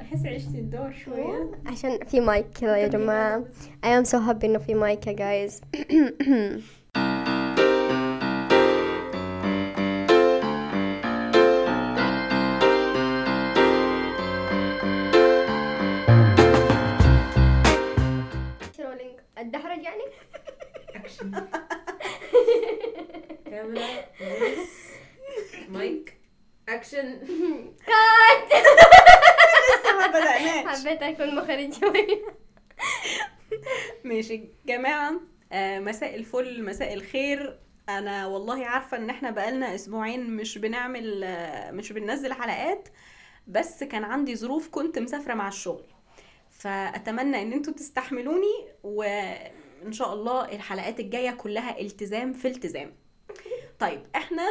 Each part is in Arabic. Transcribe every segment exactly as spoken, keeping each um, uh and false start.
احس عشت الدور شويه عشان في مايك كذا يا جماعة. I am so happy إنه في مايك يا guys. رولينج الدحرج يعني. اكشن. كاميرا مايك اكشن. كات. لسه ما بدأناش. حبيت أكون مخرج شوية. ماشي جماعة، آه مساء الفل، مساء الخير. انا والله عارفة ان احنا بقالنا اسبوعين مش بنعمل آه مش بننزل حلقات، بس كان عندي ظروف، كنت مسافرة مع الشغل، فاتمنى ان انتوا تستحملوني، وان شاء الله الحلقات الجاية كلها التزام في التزام. طيب احنا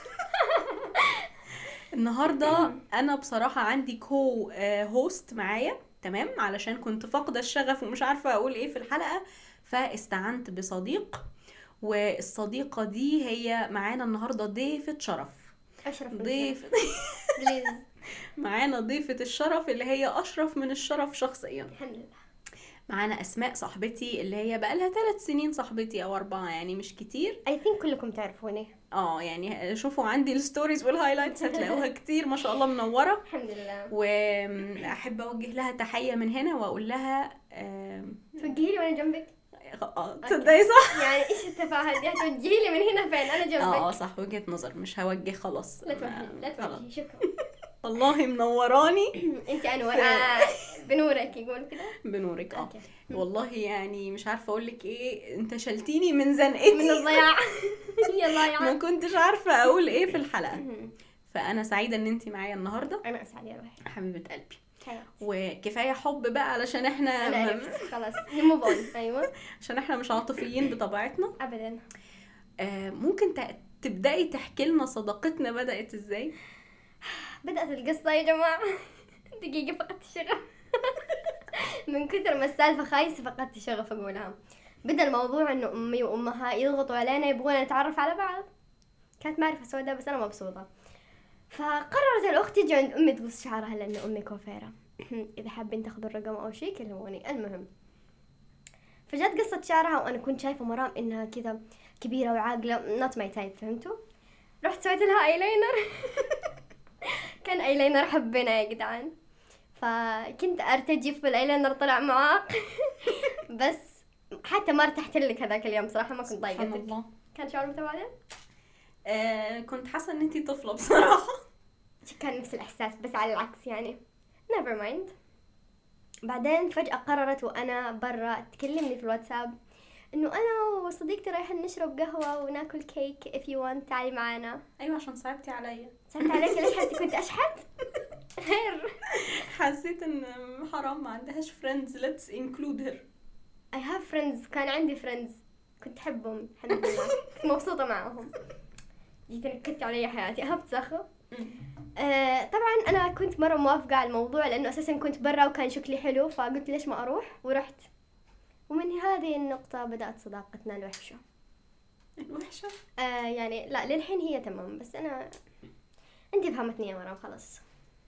النهاردة انا بصراحة عندي كو هوست معايا، تمام، علشان كنت فاقدة الشغف ومش عارفة اقول ايه في الحلقة، فاستعنت بصديق، والصديقة دي هي معانا النهاردة ضيفة شرف. أشرف ضيف بليز. معانا ضيفة الشرف اللي هي اشرف من الشرف شخصيا. الحمد لله. معانا اسماء صاحبتي اللي هي بقالها ثلاث سنين صاحبتي او اربعة، يعني مش كتير. I think كلكم تعرفوني. اه يعني شوفوا عندي الستوريز والهايلايتس هتلاقوها كتير، ما شاء الله منورة. الحمد لله. واحب اوجه لها تحية من هنا واقول لها آم، توجهي لي وانا جنبك. اه تصدقي صح. يعني ايش التفاهه دي؟ هتوجهي لي من هنا فين؟ انا جنبك. اه اه صح، وجهة نظر، مش هوجه خلاص. لا توجهي لا خلاص. توجهي. شكرا. والله منوراني. انت انور. آه بنورك يقول كده. بنورك اه. أوكي. والله يعني مش عارفه اقول لك ايه، انت شلتيني من زنقتي من الضياع. يا ما ضياع. كنتش عارفه اقول ايه في الحلقه، فانا سعيده ان انت معايا النهارده انا اسعد يا روحي. حبيبه قلبي. حياتي. وكفايه حب بقى علشان احنا انا م- عرفت خلاص نموف اون. ايوه. عشان احنا مش عاطفيين بطبيعتنا. ابدا. آه ممكن ت- تبداي تحكي لنا صداقتنا بدات ازاي؟ بدأت القصة يا جماعة. دقيقة فقدت الشغف. من كثر ما السالفة خايسة فقدت الشغف أقولها. بدأ الموضوع إنه أمي وأمها يضغطوا علينا يبغونا نتعرف على بعض. كانت معرفة سوداء بس أنا مبسوطة. فقررت الأخت تجي عند أمي تقص شعرها لأن أمي كوفيرة. إذا حابين تاخذوا الرقم أو شيء كلموني. المهم فجت قصت شعرها وأنا كنت شايفة مرام إنها كذا كبيرة وعاقلة not my type. فهمتوا؟ رحت سويت لها ايلاينر. كان ايلاينر حبنا يا جدعان. فكنت ارتجف بالايلاينر طلع معاق. بس حتى ما ارتحت لك هذاك اليوم صراحه، ما كنت سبحان ضايقتك. الله. كان شعور متبادل. آه كنت حاسه ان انتي طفله بصراحه. كان نفس الاحساس بس على العكس يعني. never mind. بعدين فجاه قررت وانا برا تكلمني في الواتساب انه انا وصديقتي رايحين نشرب قهوه وناكل كيك if you want تعالي معانا. ايوه عشان صعبتي عليا. سألت عليك ليش حتى كنت اشحت. خير. حسيت ان حرام ما عندهاش فريندز، let's include her. I have friends. كان عندي friends كنت أحبهم الحمد لله. كنت مبسوطة معهم. جيت نكدت علي حياتي أهبت سخو. آه طبعا أنا كنت مرة موافقة على الموضوع لأنه أساسا كنت برا وكان شكلي حلو، فقلت ليش ما أروح ورحت. ومن هذه النقطة بدأت صداقتنا الوحشة. الوحشه آه يعني لا للحين هي تمام، بس أنا أنتي فهمتني يا مرام خلاص.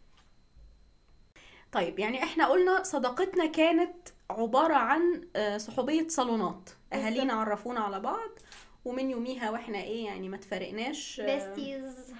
طيب يعني احنا قلنا صداقتنا كانت عبارة عن آه، صحوبية صالونات، اهالينا عرفونا على بعض، ومن يوميها واحنا ايه يعني ما تفرقناش. آه، بيستيز.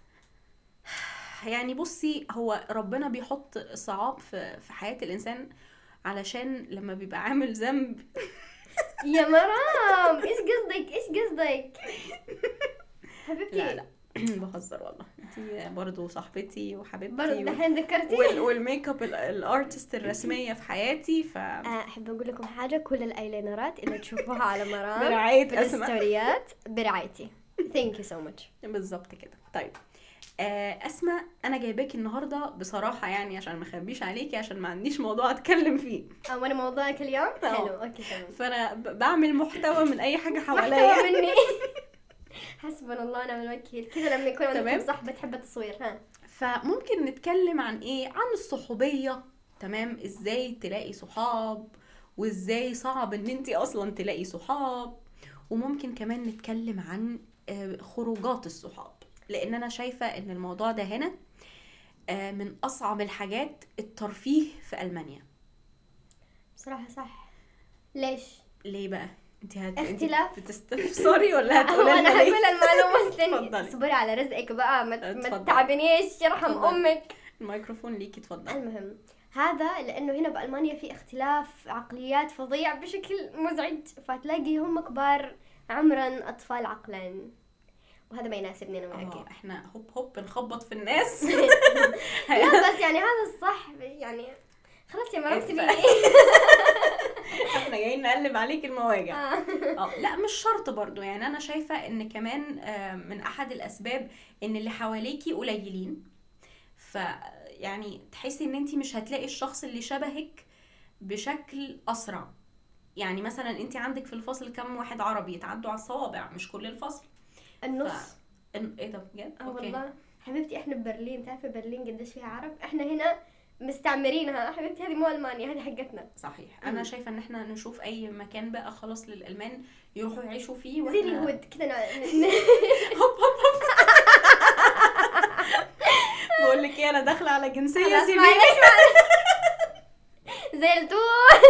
يعني بصي، هو ربنا بيحط صعاب في في حياة الانسان علشان لما بيبقى عامل ذنب. يا مرام إيش قصدك إيش قصدك حبيبتي؟ لا لا بهزر والله، انتي برضو صاحبتي وحبيبتي برضه و- دحين ذكرتي. وال- والميك اب ال- الارتست الرسمية في حياتي. ف أحب أقول لكم حاجة، كل الأيلاينرات اللي تشوفوها على مرام برعاية في أسماء. الستوريات برعايتي. thank you so much. بالظبط كده. طيب آه، اسماء، انا جايباكي النهارده بصراحه يعني عشان ما اخبيش عليكي، عشان ما عنديش موضوع اتكلم فيه، أه وأنا موضوعك اليوم أه. حلو. أوكي تمام. فانا ب- بعمل محتوى من اي حاجه محتوى حواليا. مني. حسبنا الله ونعم الوكيل. كذا لما يكون تمام. عندكم صاحبة تحب التصوير. ها فممكن نتكلم عن ايه، عن الصحوبيه، تمام، ازاي تلاقي صحاب، وازاي صعب ان انتي اصلا تلاقي صحاب، وممكن كمان نتكلم عن آه، خروجات الصحاب، لان انا شايفه ان الموضوع ده هنا آه من اصعب الحاجات الترفيه في المانيا. بصراحة صح. ليش؟ ليه بقى؟ انت هت... اختلاف بتستفسري ولا هو هتقولي انا لنا هقول ليه؟ المعلومة استني اتفضلي. اصبري على رزقك بقى، ما ما اتفضلي. تتعبنيش يرحم اتفضلي. امك. الميكروفون ليكي، اتفضلي. المهم هذا لانه هنا بالمانيا في اختلاف عقليات فظيع بشكل مزعج، فتلاقي هم كبار عمرا اطفال عقلا، وهذا ما يناسبني انا وياكي. اه احنا هوب هوب بنخبط في الناس. لا بس يعني هذا الصح يعني، خلاص يا مرام سيبيني. احنا جايين نقلب عليك المواجع. آه. اه لا مش شرط برضو، يعني انا شايفة ان كمان آه، من احد الاسباب ان اللي حواليكي قليلين، ف يعني تحسي ان انتي مش هتلاقي الشخص اللي شبهك بشكل اسرع. يعني مثلا انتي عندك في الفصل كم واحد عربي؟ يتعدوا على الصوابع، مش كل الفصل. النص. ف... إن- ايه ده بجد؟ اه والله حبيبتي احنا ببرلين، تعرفي برلين قديش فيها عرب؟ احنا هنا مستعمرينها حبيبتي، هذه مو المانيا، هذه حقتنا. صحيح. انا مم. شايفه ان احنا نشوف اي مكان بقى خلاص للالمان يروحوا يعيشوا فيه، زي وإحنا- اليهود كذا نوع- هوب هوب هوب. بقول لك ايه، انا داخله على جنسيه خلاص سيبيني. معلش معلش. زي التوت.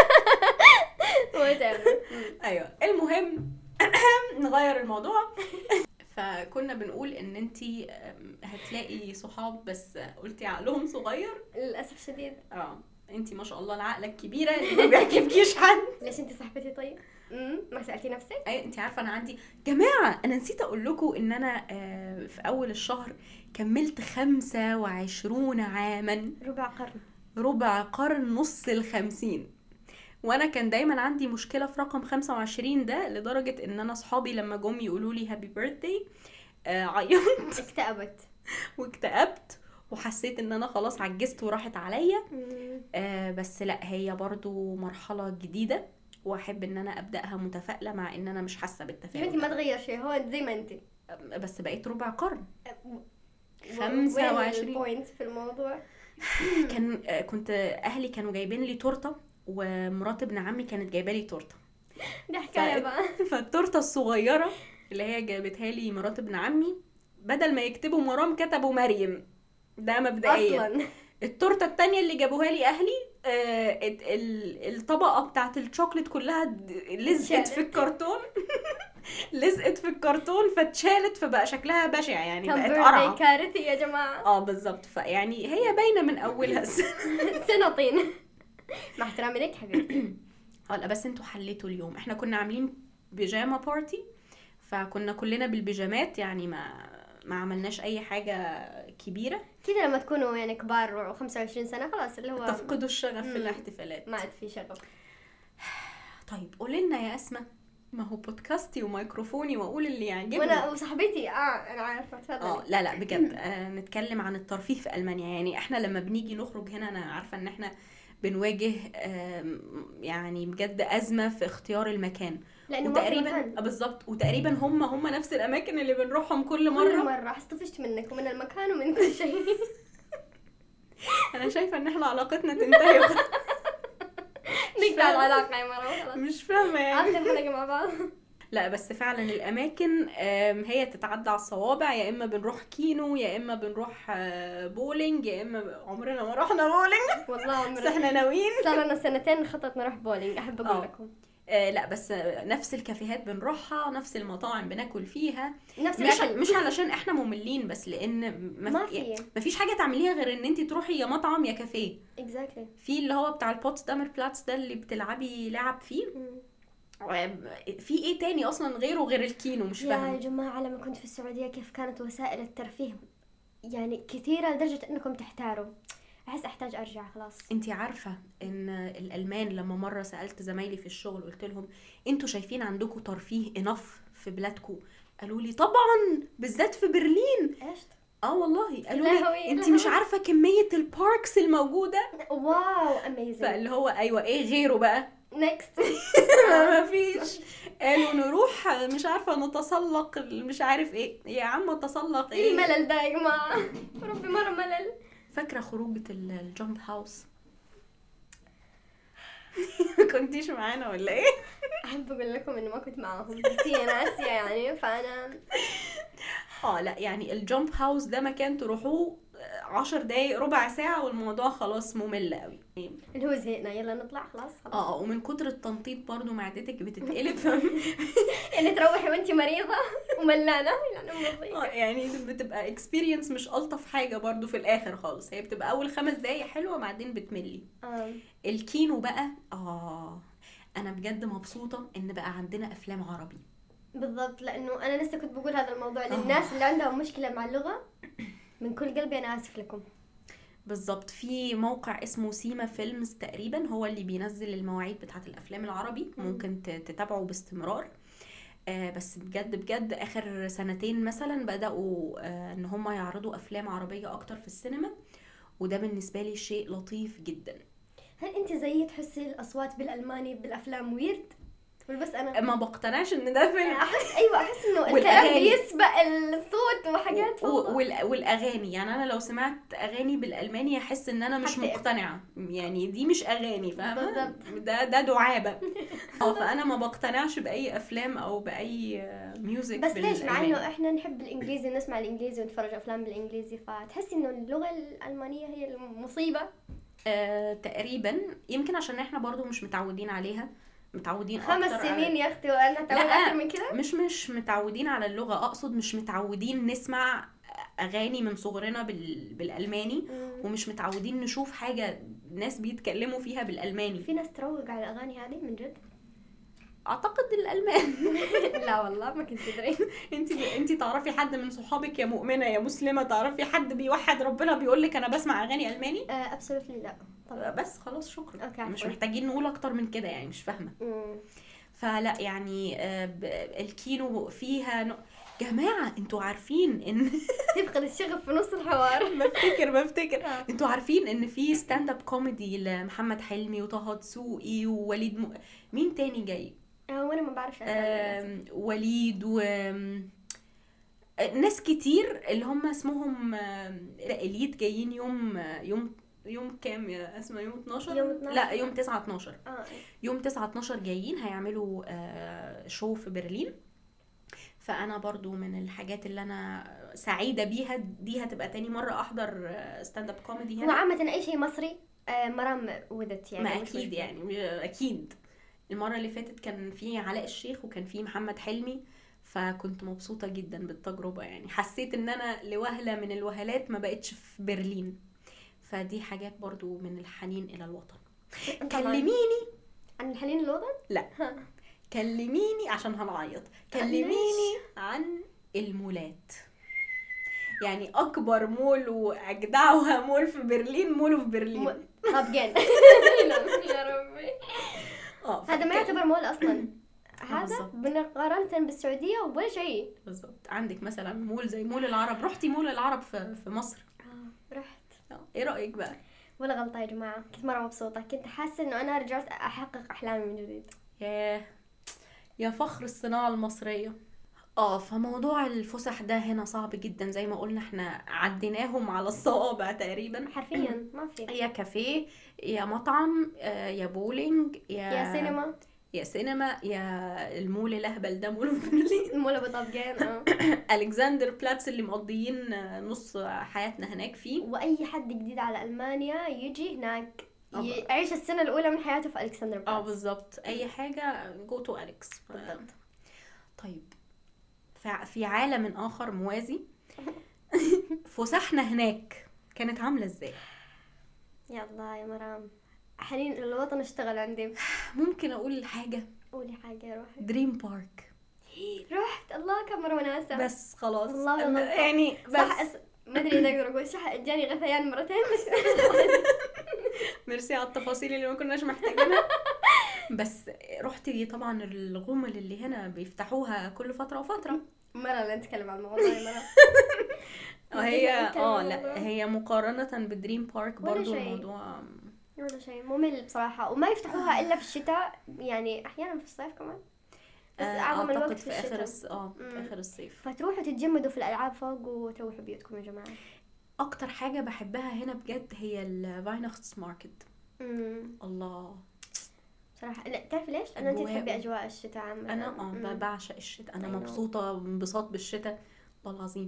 whatever. ايوه المهم نغير الموضوع. فكنا بنقول ان انتي أم، هتلاقي صحاب بس قلتي عقلهم صغير. للاسف شديد. اه انتي ما شاء الله العقلك كبيره اللي ما بيعجبكيش حد. ليش انت صاحبتي طيب؟ امم ما سالتي نفسك؟ اي انتي عارفه انا عندي جماعه، انا نسيت اقول لكم ان انا آه، في اول الشهر كملت خمسة وعشرون عاما، ربع قرن. ربع قرن، نص الخمسين. وانا كان دايما عندي مشكله في رقم خمسة وعشرين ده، لدرجه ان انا صحابي لما جم يقولوا لي هابي بيرثدي عيطت اكتئبت واكتئبت وحسيت ان انا خلاص عجزت وراحت عليا. مم. آه بس لا، هي برضو مرحله جديده، واحب ان انا ابداها متفائله، مع ان انا مش حاسه يا بنتي بالتفاؤل. ما تغير شيء، هو زي ما انت. بس بقيت ربع قرن. و- خمسة وين وعشرين. البوينت في الموضوع؟ كان آه، كنت اهلي كانوا جايبين لي تورته، ومرات ابن عمي كانت جايبه لي تورته. دي حكايه ف- بقى. فالتورته الصغيره اللي هي جابتها لي مرات ابن عمي، بدل ما يكتبوا مرام كتبوا مريم، ده مبدئيا. اصلا التورته التانية اللي جابوها لي اهلي آه ال- ال- الطبقه بتاعت الشوكليت كلها د- لزقت اتشالت. في الكرتون. لزقت في الكرتون فاتشالت، فبقى شكلها بشع يعني، كان بقت بيرثدي قرعه. كارثي يا جماعه. اه بالظبط. فيعني هي باينه من اولها. سنطين. مع احترامي لك حبيبتي. اه لا بس انتوا حليتوا اليوم. احنا كنا عاملين بيجاما بارتي، فكنا كلنا بالبيجامات، يعني ما ما عملناش اي حاجه كبيره. كذا لما تكونوا يعني كبار وخمسة وعشرين سنه خلاص اللي هو تفقدوا الشغف في مم. الاحتفالات. ما عاد في شغف. طيب قولي لنا يا اسماء، ما هو بودكاستي وميكروفوني واقول اللي يعجبني. وانا وصاحبتي اه انا عارفه اه تفضلي. لا لا بجد آه نتكلم عن الترفيه في المانيا. يعني احنا لما بنيجي نخرج هنا، انا عارفه ان احنا بنواجه آم، يعني بجد ازمه في اختيار المكان. لانه ما في وتقريبا مكان. آه، بالظبط، وتقريبا هم هم نفس الاماكن اللي بنروحهم كل كل مره. مره حس طفشت منك ومن المكان ومن كل شيء. انا شايفه ان احنا علاقتنا تنتهي. نقطع العلاقه يا مرة خلاص. مش فاهمه يعني. اخر حلقه مع بعض. لا بس فعلا الاماكن آم، هي تتعدى على الصوابع. يا اما بنروح كينو، يا اما بنروح آه، بولينج، يا اما عمرنا ما رحنا بولينج والله بس عمري احنا ناويين. صار لنا سنتين نخطط نروح بولينج، احب اقول آه. لكم. آه لا بس آه، نفس الكافيهات بنروحها، نفس المطاعم بناكل فيها. نفس مش الاكل. مش علشان احنا مملين، بس لان ما في في ما فيش حاجه تعمليها غير ان انت تروحي يا مطعم يا كافيه. اكزاكتلي. في اللي هو بتاع البوتسدامر بلاتس ده اللي بتلعبي لعب فيه. في ايه تاني اصلا غيره غير الكينو؟ مش يا فاهمه. جماعه لما كنت في السعوديه كيف كانت وسائل الترفيه يعني كثيره لدرجه انكم تحتاروا. احس احتاج ارجع خلاص. انتي عارفه ان الالمان لما مره سالت زمايلي في الشغل قلت لهم انتوا شايفين عندكم ترفيه انف في بلادكم؟ قالوا لي طبعا، بالذات في برلين. ايش؟ اه والله قالوا لهوي، لي انتي لهوي. مش عارفه كميه الباركس الموجوده. واو اميزنج. فاللي هو ايوه ايه غيره بقى؟ نيكست. ما فيش. قالوا نروح مش عارفه نتسلق مش عارف ايه. يا عم تسلق ايه ايه؟ الملل ده يا جماعه؟ ربي مره ملل. فاكره خروجه الجامب هاوس؟ كنتيش معانا ولا ايه؟ احب اقول لكم انه ما كنت معاهم بس هي ناسيه يعني فانا اه لا يعني الجامب هاوس ده مكان تروحوه عشر دقايق ربع ساعة والموضوع خلاص ممل قوي اللي هو زهقنا يلا نطلع خلاص خلاص. اه ومن كتر التنطيط برضو معدتك بتتقلب يعني تروحي وانتي مريضة وملانة يعني اه يعني بتبقى اكسبيرينس مش الطف حاجة برضو في الاخر خالص. هي بتبقى اول خمس دقايق حلوة بعدين بتملي. آه. الكينو بقى اه انا بجد مبسوطة ان بقى عندنا افلام عربي. بالضبط، لانه انا لسه كنت بقول هذا الموضوع للناس اللي عندهم مشكلة مع اللغة. من كل قلبي انا اسف لكم. بالظبط. في موقع اسمه سيما فيلمز تقريبا هو اللي بينزل المواعيد بتاعت الافلام العربي، ممكن تتابعه باستمرار. آه بس بجد بجد اخر سنتين مثلا بدأوا آه ان هم يعرضوا افلام عربية اكتر في السينما، وده بالنسبة لي شيء لطيف جدا. هل انت زيي تحسي الاصوات بالالماني بالافلام ويرد ولا بس انا؟ ما بقتنعش ان ده فيلم. احس ايوه احس انه الكلام بيسبق الصوت وحاجات وال... والاغاني. يعني انا لو سمعت اغاني بالالماني احس ان انا مش مقتنعه، يعني دي مش اغاني فاهمه، ده ده دعابه. اه فانا ما بقتنعش باي افلام او باي ميوزك بس ليش مع انه احنا نحب الانجليزي نسمع الانجليزي ونتفرج افلام بالانجليزي، فتحسي انه اللغه الالمانيه هي المصيبه؟ آه تقريبا يمكن عشان احنا برضو مش متعودين عليها، متعودين خمس اكتر سنين على... يا اختي وانا تعود اكتر من كده. مش مش متعودين على اللغه، اقصد مش متعودين نسمع اغاني من صغرنا بال... بالالماني مم. ومش متعودين نشوف حاجه ناس بيتكلموا فيها بالالماني. في ناس تروج على الاغاني هذه من جد اعتقد الالمان. لا والله ما كنت ادري. انت انت تعرفي حد من صحابك يا مؤمنه يا مسلمه تعرفي حد بيوحد ربنا بيقول لك انا بسمع اغاني الماني؟ ابسولوتلي لا طبعا. بس خلاص شكرا. أوكي. مش محتاجين نقول اكتر من كده يعني مش فاهمه. فلا يعني الكينو فيها ن... جماعه انتوا عارفين ان تفقد الشغف في نص الحوار. بفتكر بفتكر انتوا عارفين ان في ستاند اب كوميدي لمحمد حلمي وطه دسوقي ووليد م... مين تاني جاي؟ هو انا ما بعرفش اسامي. وليد و ناس كتير اللي هم اسمهم اليت جايين يوم يوم يوم كام يا اسمه؟ يوم اتناشر؟ يوم اتناشر لا يوم تسعة اتناشر. اه يوم تسعة اتناشر جايين هيعملوا شو في برلين. فانا برضو من الحاجات اللي انا سعيده بيها دي هتبقى تاني مره احضر ستاند اب كوميدي هنا. وعامه اي شيء مصري مرام ودت يعني. ما اكيد يعني اكيد. المره اللي فاتت كان في علاء الشيخ وكان في محمد حلمي، فكنت مبسوطه جدا بالتجربه. يعني حسيت ان انا لوهله من الوهلات ما بقتش في برلين، فدي حاجات برضو من الحنين الى الوطن. كلميني عن الحنين للوطن. لا كلميني عشان هنعيط. كلميني عن المولات. يعني اكبر مول واجدعها مول في برلين مول في برلين هابجن. يا ربي اه هذا ما يعتبر مول اصلا. هذا مقارنة بالسعودية ولا شيء. بالضبط. عندك مثلا مول زي مول العرب. رحتي مول العرب في في مصر؟ اه رحت. اه ايه رأيك بقى؟ ولا غلطة يا جماعة، كنت مرة مبسوطة، كنت حاسة انه انا رجعت احقق احلامي من جديد. ياه يا فخر الصناعة المصرية. اه فموضوع الفسح ده هنا صعب جدا زي ما قلنا، احنا عديناهم على الصوابع تقريبا حرفيا. ما في يا كافيه يا مطعم يا بولينج يا يا سينما يا سينما يا المول الاهبل ده مول في برلين. المول ابو طبقان. اه الكسندر بلاتس اللي مقضيين نص حياتنا هناك فيه. واي حد جديد على المانيا يجي هناك يعيش السنه الاولى من حياته في الكسندر بلاتس. اه بالظبط. اي حاجه جو تو اليكس. بالضبط. طيب في عالم اخر موازي فسحنا هناك كانت عامله ازاي؟ يلا يا مرام حنين الوطن اشتغل عندي. ممكن اقول حاجه؟ قولي حاجه. روحي دريم بارك. رحت. الله كم مره وناسه. بس خلاص الله يعني بس صح أس... ما ادري اذا اقدر اقول صح جاني غثيان مرتين بس. ميرسي على التفاصيل اللي ما كناش محتاجينها. بس رحتي طبعا الغمل اللي هنا بيفتحوها كل فتره وفتره. مرة لا نتكلم عن الموضوع يا مرة. هي اه لا هي مقارنة بالدريم بارك برضو الموضوع ولا شيء ممل بصراحة، وما يفتحوها إلا في الشتاء، يعني أحيانا في الصيف كمان بس أعظم الوقت في آخر الشتاء. اه في آخر الصيف. فتروحوا تتجمدوا في الألعاب فوق وتروحوا بيوتكم يا جماعة. أكتر حاجة بحبها هنا بجد هي الفاينختس ماركت. الله صراحة. لا تعرفي ليش؟ لأنه أنت تحبي أجواء الشتاء عامة. أنا اه بعشق الشتاء. أنا مبسوطة انبساط بالشتاء والله العظيم.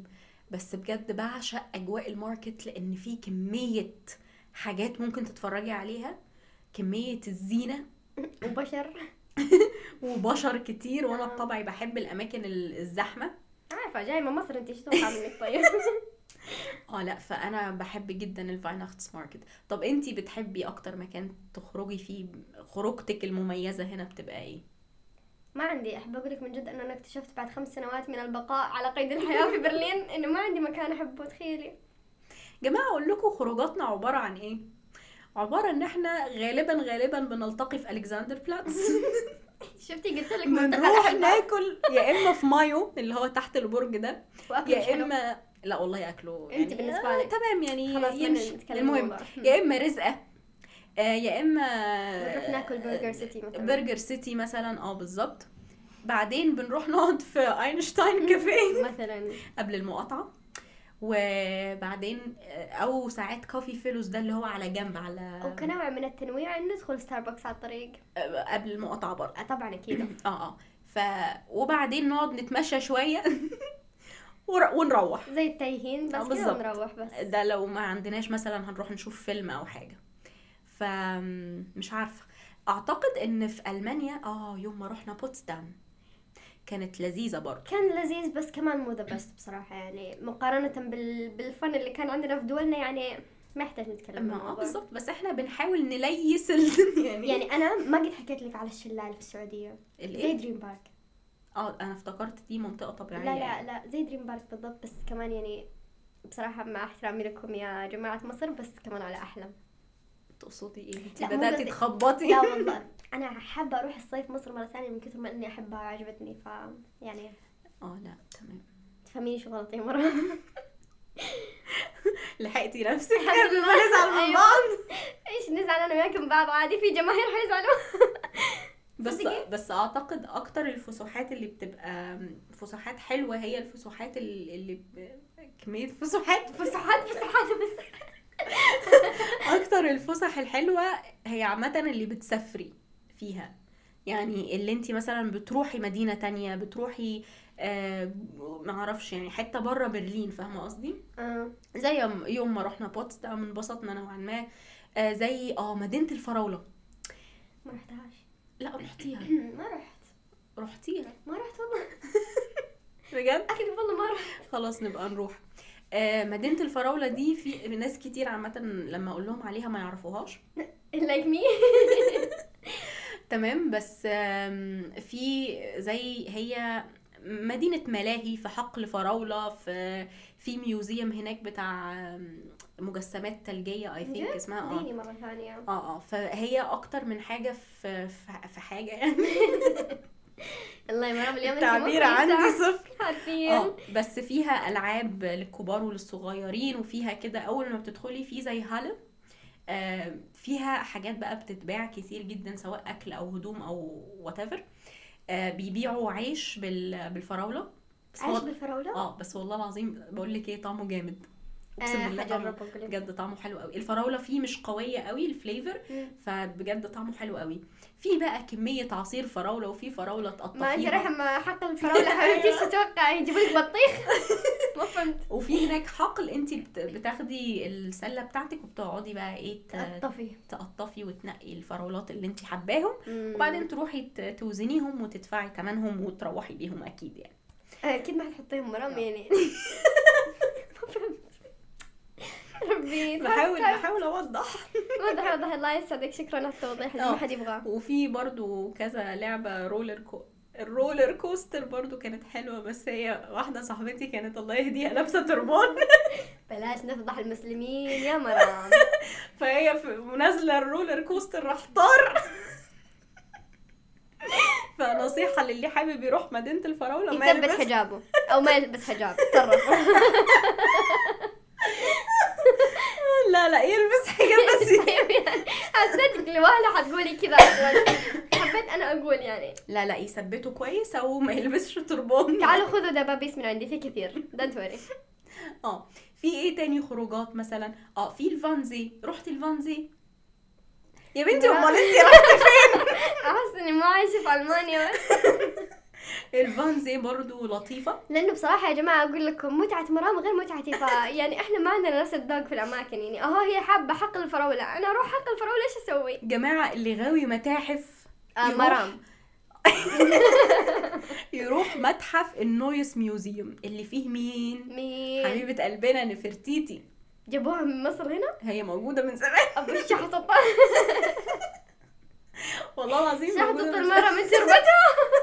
بس بجد بعشق اجواء الماركت، لان في كمية حاجات ممكن تتفرجي عليها، كمية الزينة وبشر وبشر كتير، وانا بطبعي بحب الاماكن الزحمة. عارفة جاي من مصر، انت ايش تتوقع منك طيب؟ اه لا، فانا بحب جدا الفايناختس ماركت. طب انتي بتحبي اكتر مكان تخرجي فيه، خروجتك المميزة هنا بتبقى ايه؟ ما عندي، احب اقولك من جد انه انا اكتشفت بعد خمس سنوات من البقاء على قيد الحياة في برلين انه ما عندي مكان احبه. تخيلي جماعة اقول لكم خروجاتنا عبارة عن ايه؟ عبارة ان احنا غالبا غالبا بنلتقي في الكسندر بلاتس. شفتي قلت لك منطقة بنروح احبها ناكل يا اما في مايو اللي هو تحت البرج ده، واكل مش يا حلو. اما لا والله اكله انت بالنسبة آه لك تمام يعني خلاص بدنا يمشي. نتكلم المهم الموضوع. يا اما رزقة، آه يا اما بنروح ناكل برجر سيتي مثلا. برجر سيتي مثلا، اه بالظبط. بعدين بنروح نقعد في اينشتاين كافيه مثلا قبل المقاطعة. وبعدين او ساعات كوفي فيلوز ده اللي هو على جنب على او كنوع من التنويع انه ندخل ستاربكس على الطريق. قبل المقاطعة برضه. آه طبعا اكيد. اه اه ف وبعدين نقعد نتمشى شوية ور- ونروح زي التايهين بس آه، كده بالظبط. ونروح بس. ده لو ما عندناش مثلا هنروح نشوف فيلم او حاجة. فمش عارفة، اعتقد ان في المانيا اه يوم ما رحنا بوتسدام كانت لذيذة برضه. كان لذيذ بس كمان مو ذا بست بصراحة، يعني مقارنة بال... بالفن اللي كان عندنا في دولنا يعني ما يحتاج نتكلم ما اه بالموضوع. بالظبط، بس احنا بنحاول نليس ال... يعني يعني انا ما قد حكيت لك على الشلال في السعودية الإيه؟ زي دريم بارك. اه انا افتكرت دي منطقة طبيعية. لا لا لا زي دريم بارك بالضبط، بس كمان يعني بصراحة مع احترامي لكم يا جماعة مصر بس كمان على أحلم. تقصدي ايه؟ انت لا، مو بدأتي قصدي- تخبطي. لا والله أنا حابة أروح الصيف مصر مرة ثانية من كثر ما إني أحبها وعجبتني. ف يعني اه لا تمام. تفهميني شو غلطي مرة. لحقتي نفسك قبل ما نزعل من أيوة. بعض. إيش نزعل أنا وياك من بعض عادي، في جماهير حيزعلوا. بس صدقي؟ بس اعتقد اكتر الفسحات اللي بتبقى فسحات حلوة هي الفسحات اللي, اللي ب... كمية فسحات فسحات فسحات بس. اكتر الفسح الحلوة هي عامة اللي بتسافري فيها، يعني اللي انتي مثلا بتروحي مدينة تانية، بتروحي آه معرفش يعني حتة برا برلين، فاهمة قصدي؟ آه. زي يوم- يوم ما رحنا بوتسدام انبسطنا نوعا ما. آه زي اه مدينة الفراولة. ما رحتهاش. لا رحتيها ما رحت رحتيها ما رحت والله. بجد؟ أكيد والله ما رحت. خلاص نبقى نروح. آه مدينة الفراولة دي في ناس كتير عامة لما اقول لهم عليها ما يعرفوهاش. like me. تمام، بس آم، في زي هي مدينة ملاهي في حقل فراولة، في في ميوزيوم هناك بتاع آم، مجسمات ثلجية اي ثينك اسمها اه ديني مرة ثانية. اه اه فهي اكتر من حاجة في في في حاجة يعني. الله يا مرام اليوم التعبير عندي صفر. حرفيا. اه بس فيها العاب للكبار وللصغيرين، وفيها كده اول ما بتدخلي في زي هالة آه، فيها حاجات بقى بتتباع كتير جدا سواء اكل او هدوم او whatever. آه، بيبيعوا عيش بال- بالفراولة. بس عيش هو- بالفراولة. اه بس والله العظيم بقول لك ايه، طعمه جامد اقسم آه، بالله. طعمه حجربه قلت. بجد طعمه حلو قوي. الفراولة فيه مش قوية قوي الفليفر، مم. فبجد طعمه حلو قوي. في بقى كمية عصير فراولة، وفي فراولة تقطفيها، ما انت رايحة مع حقل الفراولة حبيبتي، ايش تتوقع يجيبوا لك بطيخ؟ ما فهمت. وفي هناك حقل انت بت- بتاخدي السلة بتاعتك وبتقعدي بقى ايه ت- الطفي. تقطفي وتنقي الفراولات اللي انت حباهم، وبعدين تروحي ت- توزنيهم وتدفعي ثمنهم وتروحي بيهم اكيد يعني. اكيد ما حتحطيهم مرام يعني. ما فهمت. ربي بحاول بحاول اوضح. واضح واضح. الله يسعدك، شكرا على التوضيح اللي ما اه. حد يبغاه. وفي برضو كذا لعبة رولر كو... الرولر كوستر برضو كانت حلوة، بس هي واحدة صاحبتي كانت الله يهديها لابسة تربون. بلاش نفضح المسلمين يا مرام. فهي في منازلة الرولر كوستر راح طار. فنصيحة للي حابب يروح مدينة الفراولة ما يثبت يلبس حجابه او ما يلبس حجاب، تصرف. لا لا يلبس حجاب بس. حسيتك لوهلة حتقولي كذا اصلا، حبيت انا اقول يعني. لا لا يثبته كويس او ما يلبسش تربون. تعالوا خذوا دبابيس من عندي، في كثير دونت وري. اه في ايه تاني خروجات مثلا؟ اه في الفانزي. رحتي الفانزي يا بنتي؟ لا. امال انتي رحتي فين؟ احس اني ما عايشة في المانيا بس. الفانزي برضو لطيفة. لانه بصراحه يا جماعه اقول لكم متعه مرام غير متعتي، فيعني احنا ما عندنا نفس الذوق في الاماكن. يعني اهو هي حابه حقل الفراوله، انا اروح حقل الفراوله ايش اسوي؟ جماعة اللي غاوي متاحف آه يروح- مرام يروح متحف النويس ميوزيوم اللي فيه مين؟ مين حبيبة قلبنا نفرتيتي. جابوها من مصر هنا؟ هي موجودة من زمان ابو الشحطة والله العظيم موجودة شحطة من زمان. المرة من تربتها.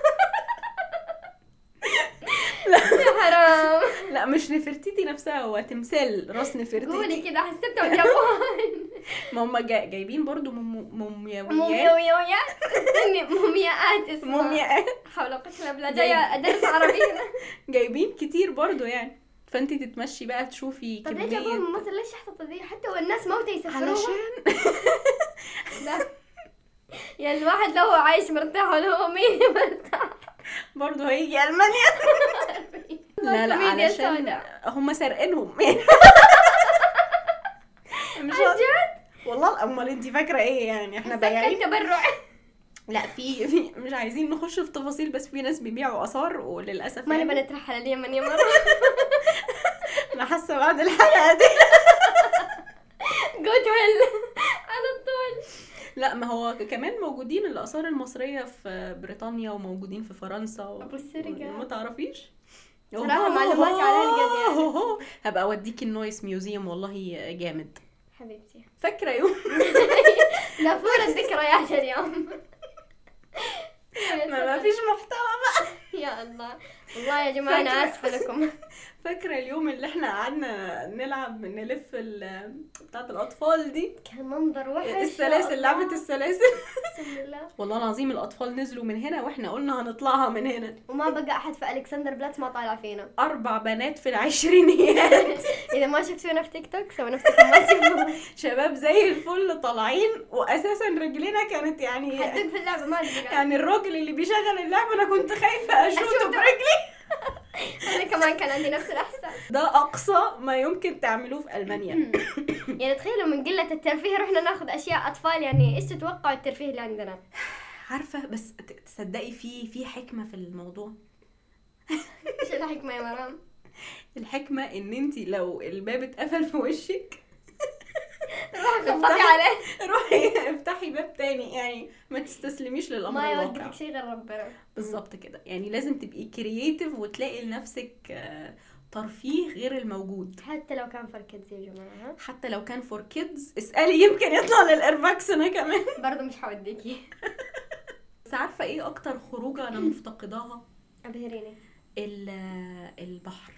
يا حرام. لا مش نفرتيتي نفسها، هو تمثال راس نفرتيتي. قولي كده حسبتهم جابوها. ما هم جا- جايبين برضو مم- مومياويات مومياويات استني مومياءات اسمها. مومياءات حول ولا قوة الا بالله، جاية ادرس عربي هنا. جايبين كتير برضو يعني، فانت تتمشي بقى تشوفي طب ليه جابوها كمية. من مصر؟ ليش شحطة ذي حتى والناس موتى يسفروها؟ علشان لا يعني الواحد لو هو عايش مرتاح ولا هو مين مرتاح. برضو هيجي ألمانيا. لا لا كوميديا علشان سوداء. هم سارقينهم يعني. مش عن جد؟ والله امال انت فاكره ايه يعني احنا كان بايعين؟ تبرع. لا في في مش عايزين نخش في تفاصيل، بس في ناس بيبيعوا اثار وللاسف ما يعني نبى نترحل اليمن يا مرة. انا حاسه بعد الحلقه دي جود ويل على طول. لا ما هو كمان موجودين الاثار المصريه في بريطانيا وموجودين في فرنسا و... أبو السرقة. ما تعرفيش صراحة معلوماتي على القد يعني. يعني. هبقى اوديكي النويس ميوزيوم والله جامد. حبيبتي فاكره يوم نافورة الذكريات اليوم. ما ما فيش محتوى بقى. يا الله والله يا جماعة أنا فاكرة. آسفة لكم. فاكره اليوم اللي احنا قعدنا نلعب نلف ال- بتاعه الاطفال دي، كان منظر وحش. يا السلاسل، الله. لعبه السلاسل. بسم الله. والله العظيم الاطفال نزلوا من هنا واحنا قلنا هنطلعها من هنا. وما بقى أحد في ألكسندر بلاتس ما طالع فينا. اربع بنات في العشرينيات إذا ما شفتونا في تيك توك سووا نفسكم ما تشوفوا. شباب زي الفل طالعين، واساسا رجلنا كانت يعني حدق في اللعبة ما أدري. يعني الراجل اللي بيشغل اللعبة انا كنت خايفة اشوطه أشوطه. برجلي. أنا كمان كان عندي نفس الإحساس. ده اقصى ما يمكن تعملوه في المانيا. يعني تخيلوا من قلة الترفيه رحنا ناخذ أشياء أطفال. يعني إيش تتوقعوا الترفيه اللي عندنا؟ عارفة بس ت- تصدقي في في حكمة في الموضوع. إيش الحكمة يا مرام؟ الحكمة ان انتي لو الباب اتقفل في وشك روح خبطي عليه. روحي افتحي باب تاني، يعني ما تستسلميش للامر ما الواقع. يوقفك شيء غير ربنا. بالظبط كده، يعني لازم تبقي كرييتيف وتلاقي لنفسك آه، ترفيه غير الموجود. حتى لو كان فركت يا جماعة ها؟ حتى لو كان فور كيدز اسألي يمكن يطلع للإرفاكس أنا كمان. برضه مش حوديكي. بس عارفة ايه اكتر خروجة انا مفتقداها؟ أبهريني. ال- البحر،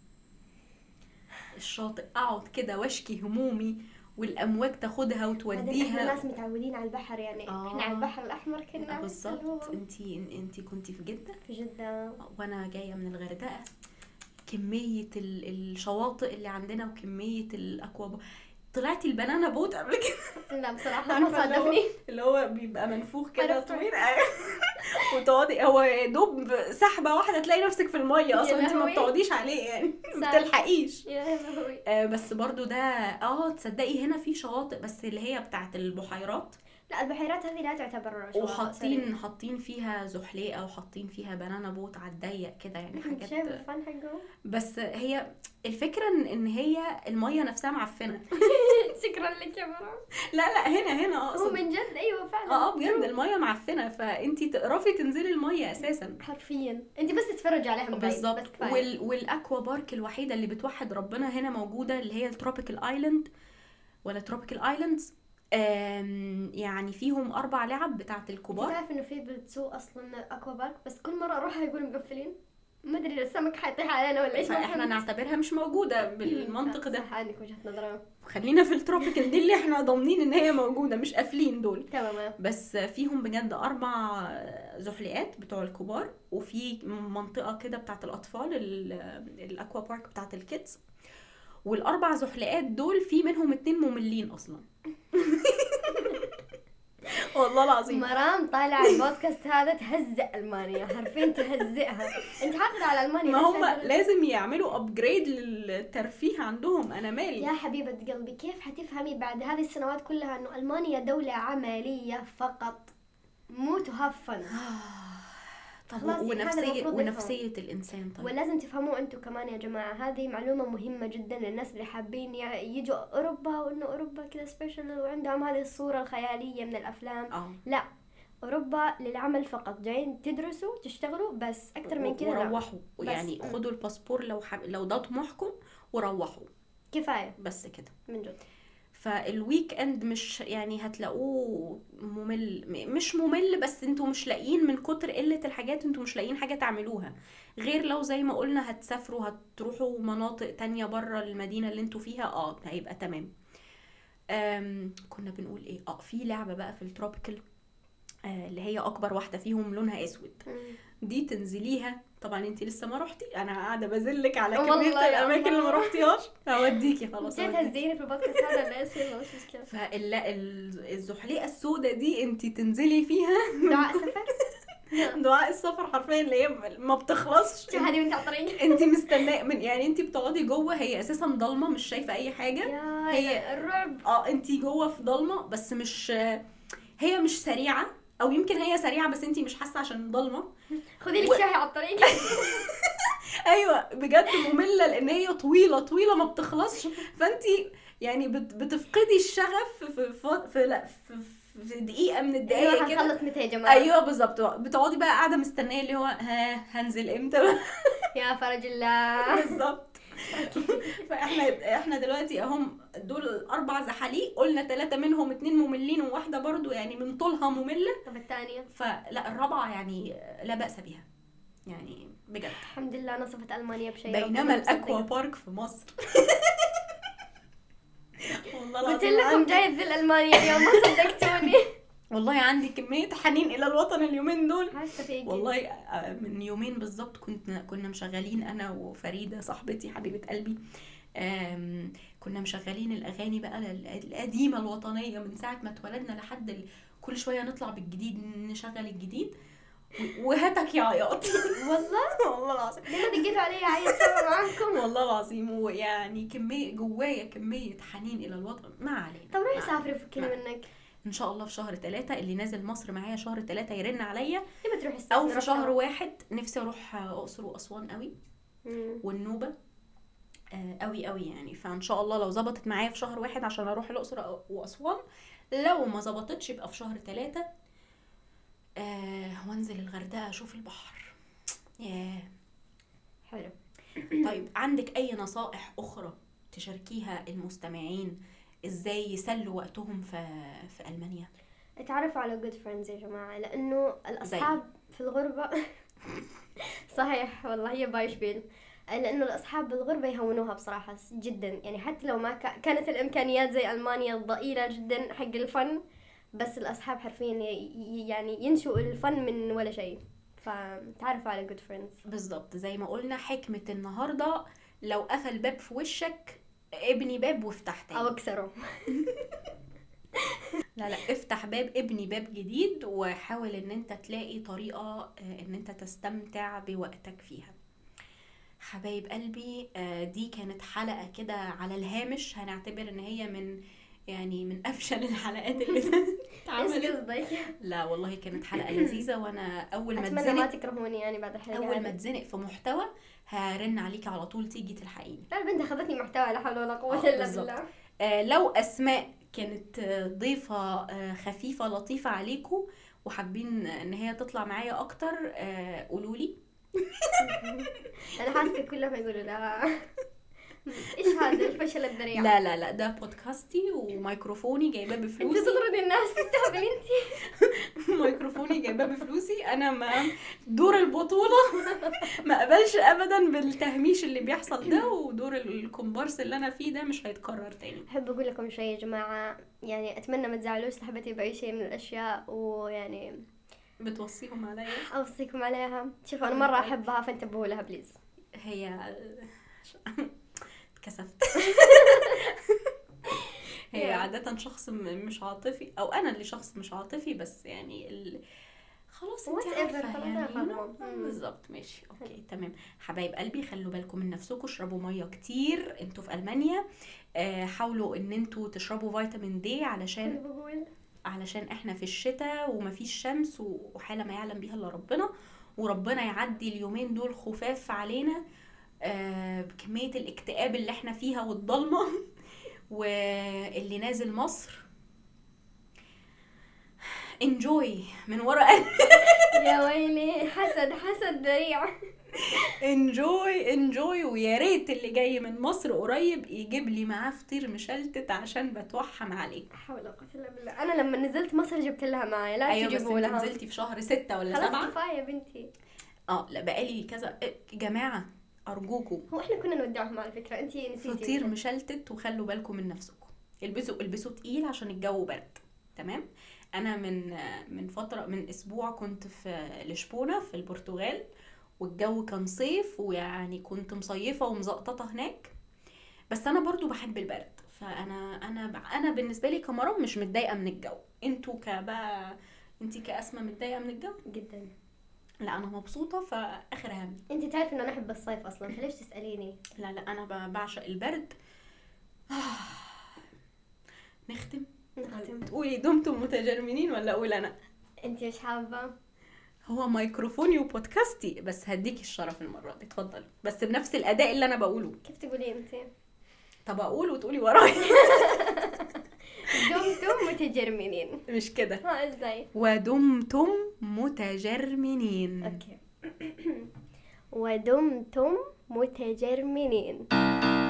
الشاطئ، اقعد كده واشكي همومي والامواج تاخدها بعدين احنا وتوديها. ناس متعودين على البحر يعني. آه. احنا على البحر الأحمر كنا. بالظبط. انتي انتي كنتي في جدة في جدة. وانا جاية من الغردقة. كمية ال- الشواطئ اللي عندنا وكمية الاكوا، طلعتي البنانا بوت قبل كده؟ لا بصراحة ما عارفة اللي هو- صادفني. اللي هو بيبقى منفوخ كده عرفته. طويل وتقعدي، هو يا دوب سحبه واحده تلاقي نفسك في الميه اصلا، يا انت ما لهوي. بتقعديش عليه يعني ما صح. بتلحقيش. يا لهوي. آه بس برضو ده اه تصدقي هنا في شواطئ بس اللي هي بتاعت البحيرات، لا البحيرات هذه لا تعتبر شواطئ. وحاطين حاطين فيها زحليقه وحاطين فيها بنانا بوت على الضيق كده، يعني شايف حاجات. الفن حقه. بس هي الفكره ان إن هي الميه نفسها معفنه. شكرا لك يا مرام. لا لا هنا هنا هو اقصد من جد ايوه فعلا. اه اه بجد الميه معفنه، فانتي تقرفي تنزلي الميه اساسا. حرفيا انت بس تتفرجي عليها من بعيد بالظبط. بس كفايه. وال... والاكوا بارك الوحيده اللي بتوحد ربنا هنا موجوده اللي هي التروبيكال ايلاند ولا تروبيكال ايلاندز، يعني فيهم اربع لعب بتاعت الكبار. تعرف انه في بتسوق اصلا اكوا بارك بس كل مره اروحها يقولوا مقفلين. ما ادري السمك حيطيح علينا ولا ايش. ما فاحنا فهمت. نعتبرها مش موجوده بالمنطق ده. صح عندك وجهه نظر. خلينا في التروبيكال دي اللي احنا ضامنين ان هي موجوده مش قافلين دول. تمام. بس فيهم بجد اربع زحليقات بتوع الكبار، وفي منطقه كده بتاعت الاطفال الاكوا بارك بتاعت الكيدز، والاربع زحليقات دول في منهم اتنين مملين اصلا. والله العظيم. مرام طالعه البودكاست هذا تهزئ المانيا حرفيا تهزئها. انت حاقده على المانيا. ما بس هم عندنا- لازم يعملوا ابجريد للترفيه عندهم، انا مالي. يا حبيبة قلبي كيف حتفهمي بعد هذه السنوات كلها انه المانيا دولة عملية فقط مو تهفن. طب خلاص، يعني هذا ونفسية المفروض ونفسية الإنسان. طيب ولازم تفهموا انتم كمان يا جماعة، هذه معلومة مهمة جدا للناس اللي حابين يع- يجوا اوروبا، وانه اوروبا كذا سبيشال وعندهم هذه الصورة الخيالية من الافلام. اه لا، اوروبا للعمل فقط، جايين تدرسوا تشتغلوا بس، اكتر من كذا لا. وروحوا يعني بس. خدوا الباسبور لو حب... لو ده طموحكم وروحوا كفاية بس كده. من جد. فالويك اند مش يعني هتلاقوه ممل، م- مش ممل، بس انتوا مش لاقيين من كتر قلة الحاجات، انتوا مش لاقيين حاجة تعملوها، غير لو زي ما قلنا هتسافروا هتروحوا مناطق تانية برا المدينة اللي انتوا فيها، اه هيبقى تمام. أم كنا بنقول ايه، اه في لعبة بقى في التروبيكال، آه اللي هي اكبر واحدة فيهم لونها اسود، دي تنزليها. طبعا انتي لسه ما روحتي، انا قاعده بذلك على والله كميه يا الاماكن اللي ما الله. روحتيهاش، هوديكي خلاص جيت هوديكي. هزيني في البودكاست هذا لا يصير، مش مشكلة. فالزحليقه السوداء دي انتي تنزلي فيها دعاء سفر. دعاء السفر حرفيا، اللي هي ما بتخلصش. شو هذه وانت على الطريق؟ انتي مستنيه من يعني انتي بتقعدي جوه، هي اساسا ضلمه مش شايفه اي حاجه. يا هي الرعب. اه انتي جوه في ضلمه، بس مش هي مش سريعه، او يمكن هي سريعه بس انتي مش حاسه عشان ضلمه. خذي لك و- شاي على الطريق. ايوه بجد ممله، لان هي طويله طويله ما بتخلصش، فانتي يعني بت- بتفقدي الشغف في في في, لا في, في دقيقه من الدقايق ايوه كده. هنخلص متى يا جماعة؟ ايوه بالظبط، بتقعدي بقى قاعده مستنيه اللي هو ها هنزل امتى بقى. يا فرج الله. بالظبط. فاحنا احنا دلوقتي اهم دول اربع زحاليق، قلنا ثلاثه منهم اتنين مملين وواحده برضو يعني من طولها ممله، طب الثانية فلا الرابعه يعني لا باس بها يعني بجد. الحمد لله نصفت ألمانيا بشيء. بينما ربنا الاكوا مصدق. بارك في مصر والله قلت العظيم لكم عندي- جاي ذل ألمانيا اليوم ما صدقتوني. والله عندي كمية حنين إلى الوطن اليومين دول. حاسة فيك والله آه، من يومين بالظبط كنت كنا مشغلين أنا وفريدة صاحبتي حبيبة قلبي، آم، كنا مشغلين الأغاني بقى ال- القديمة الوطنية من ساعة ما اتولدنا لحد ال... كل شوية نطلع بالجديد نشغل الجديد و- وهاتك يا عياط. والله. والله العظيم ليه ما دقيتوا علي عايز سوا معاكم؟ والله العظيم، ويعني كمية جوايا كمية حنين إلى الوطن. ما علينا. طب روحي ما سافري علينا. وفكيني ما- منك. ان شاء الله في شهر ثلاثة اللي نازل مصر معايا شهر ثلاثة يرن عليا، ليه ما تروحي السفر؟ او في شهر واحد. نفسي اروح اقصر واسوان قوي، مم. والنوبة آه، قوي قوي يعني. فان شاء الله لو ظبطت معايا في شهر واحد عشان اروح الاقصر واسوان، لو ما ظبطتش يبقى في شهر ثلاثة آه وانزل الغردقة اشوف البحر. ياه حلو. طيب عندك اي نصائح اخرى تشاركيها المستمعين ازاي يسلوا وقتهم في في المانيا؟ اتعرفوا على good friends يا جماعة، لأنه الأصحاب في الغربة صحيح والله هي بايشبيل، لأنه الأصحاب بالغربة يهونوها بصراحة جدا، يعني حتى لو ما كا- كانت الإمكانيات زي ألمانيا ضئيلة جدا حق الفن، بس الأصحاب حرفيا ي- ي- يعني ينشئوا الفن من ولا شيء. فتعرفوا على good friends. بالظبط زي ما قلنا حكمة النهاردة، لو قفل باب في وشك ابني باب وافتح تاني. أو اكسروا. لا لا افتح باب، ابني باب جديد، وحاول ان انت تلاقي طريقة آه، ان انت تستمتع بوقتك فيها. حبايب قلبي آه، دي كانت حلقة كده على الهامش، هنعتبر ان هي من يعني من افشل الحلقات اللي ايش اتعملت. قصدك؟ لا والله كانت حلقة لذيذة، وانا اول ما أتمنى ما اتزنق تكرهوني يعني بعد الحلقة اول ما هذه. اتزنق في محتوى هرن عليكي على طول تيجي تلحقيني. لا البنت أخذتني محتوى لا حول ولا قوة آه، إلا بالظبط. بالله. آه، لو اسماء كانت آه، ضيفة آه، خفيفة لطيفة عليكم وحابين ان هي تطلع معايا اكتر آه، قولولي. أنا حاسة كلهم يقولوا لا. إيش هذا الفشل الذريع؟ لا لا لا ده بودكاستي وميكروفوني جايباه انت بفلوسي. تطردي الناس تستهبلي انت. ميكروفوني جايباه بفلوسي، انا ما دور البطولة ما قبلش ابدا بالتهميش اللي بيحصل ده، ودور الكومبارس اللي انا فيه ده مش هيتكرر تاني. احب اقول لكم شيء يا جماعه، يعني اتمنى ما تزعلوش صاحبتي باي شيء من الاشياء، ويعني بتوصيهم عليا. اوصيكم عليها. شوفوا انا مره احبها فانتبهوا لها بليز. هي اتكسفت. هي Yeah. عادة شخص م- مش عاطفي، او انا اللي شخص مش عاطفي، بس يعني ال... خلاص انت Whatever، عارفة خلاص يعني عارفة. you know. مم. بالظبط ماشي اوكي تمام. حبايب قلبي خلوا بالكم من نفسكم، اشربوا مية كتير انتوا في المانيا، آه، حاولوا ان انتوا تشربوا فيتامين دي علشان بقول علشان احنا في الشتاء ومفيش شمس وحالة ما يعلم بيها الا ربنا. وربنا يعدي اليومين دول خفاف علينا آه، بكمية الاكتئاب اللي احنا فيها والضلمة واللي نازل مصر enjoy من ورا يا ويلي، حسد حسد ذريع. enjoy enjoy ويا ريت اللي جاي من مصر قريب يجيب لي معاه فطير مشلتت عشان بتوحم عليه. حول ولا قوة الا بالله. انا لما نزلت مصر جبت لها معايا، لا ايوه بس تجيبوا انت لها. نزلتي في شهر ستة ولا خلاص سبعة. كفاية يا بنتي. اه لا بقالي كذا إيه، جماعة ارجوكم هو احنا كنا نودعهم على فكرة، انتي نسيتي. فطير مشلتت وخلوا بالكم من نفسكم. البسوا البسوا تقيل عشان الجو برد. تمام. انا من من فترة من اسبوع كنت في لشبونة في البرتغال والجو كان صيف ويعني كنت مصيفة ومزقططة هناك، بس انا برضو بحب البرد. فانا انا انا بالنسبة لي كمرام مش متضايقة من الجو. انتوا كبقى انتي كأسمة متضايقة من الجو؟ جدا. لا انا مبسوطة فاخر هم. انتي تعرف ان انا احب الصيف اصلا، فليش تسأليني؟ لا لا انا ب- بعشق البرد. نختم. نختم. تقولي دمتم متجرمنين ولا اقول انا؟ انتي مش حابة؟ هو ميكروفوني وبودكاستي، بس هديكي الشرف المرة دي. اتفضلي بس بنفس الاداء اللي انا بقوله. كيف تقولي انتي؟ طب اقول وتقولي ورايا. دمتم متجرمين. مش كده؟ ها ازاي؟ ودمتم متجرمين. اوكي. ودمتم متجرمين.